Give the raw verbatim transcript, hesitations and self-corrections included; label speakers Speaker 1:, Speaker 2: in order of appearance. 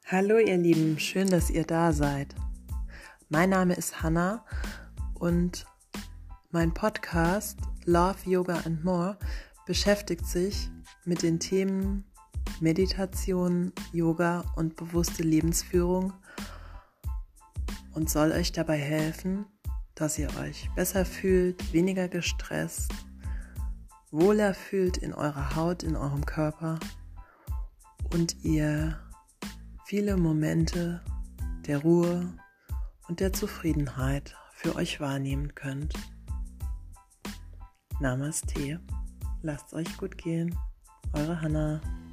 Speaker 1: Hallo ihr Lieben, schön, dass ihr da seid. Mein Name ist Hannah und mein Podcast Love, Yoga and More beschäftigt sich mit den Themen Meditation, Yoga und bewusste Lebensführung und soll euch dabei helfen, dass ihr euch besser fühlt, weniger gestresst, wohler fühlt in eurer Haut, in eurem Körper und ihr viele Momente der Ruhe und der Zufriedenheit für euch wahrnehmen könnt. Namaste, lasst euch gut gehen, eure Hannah.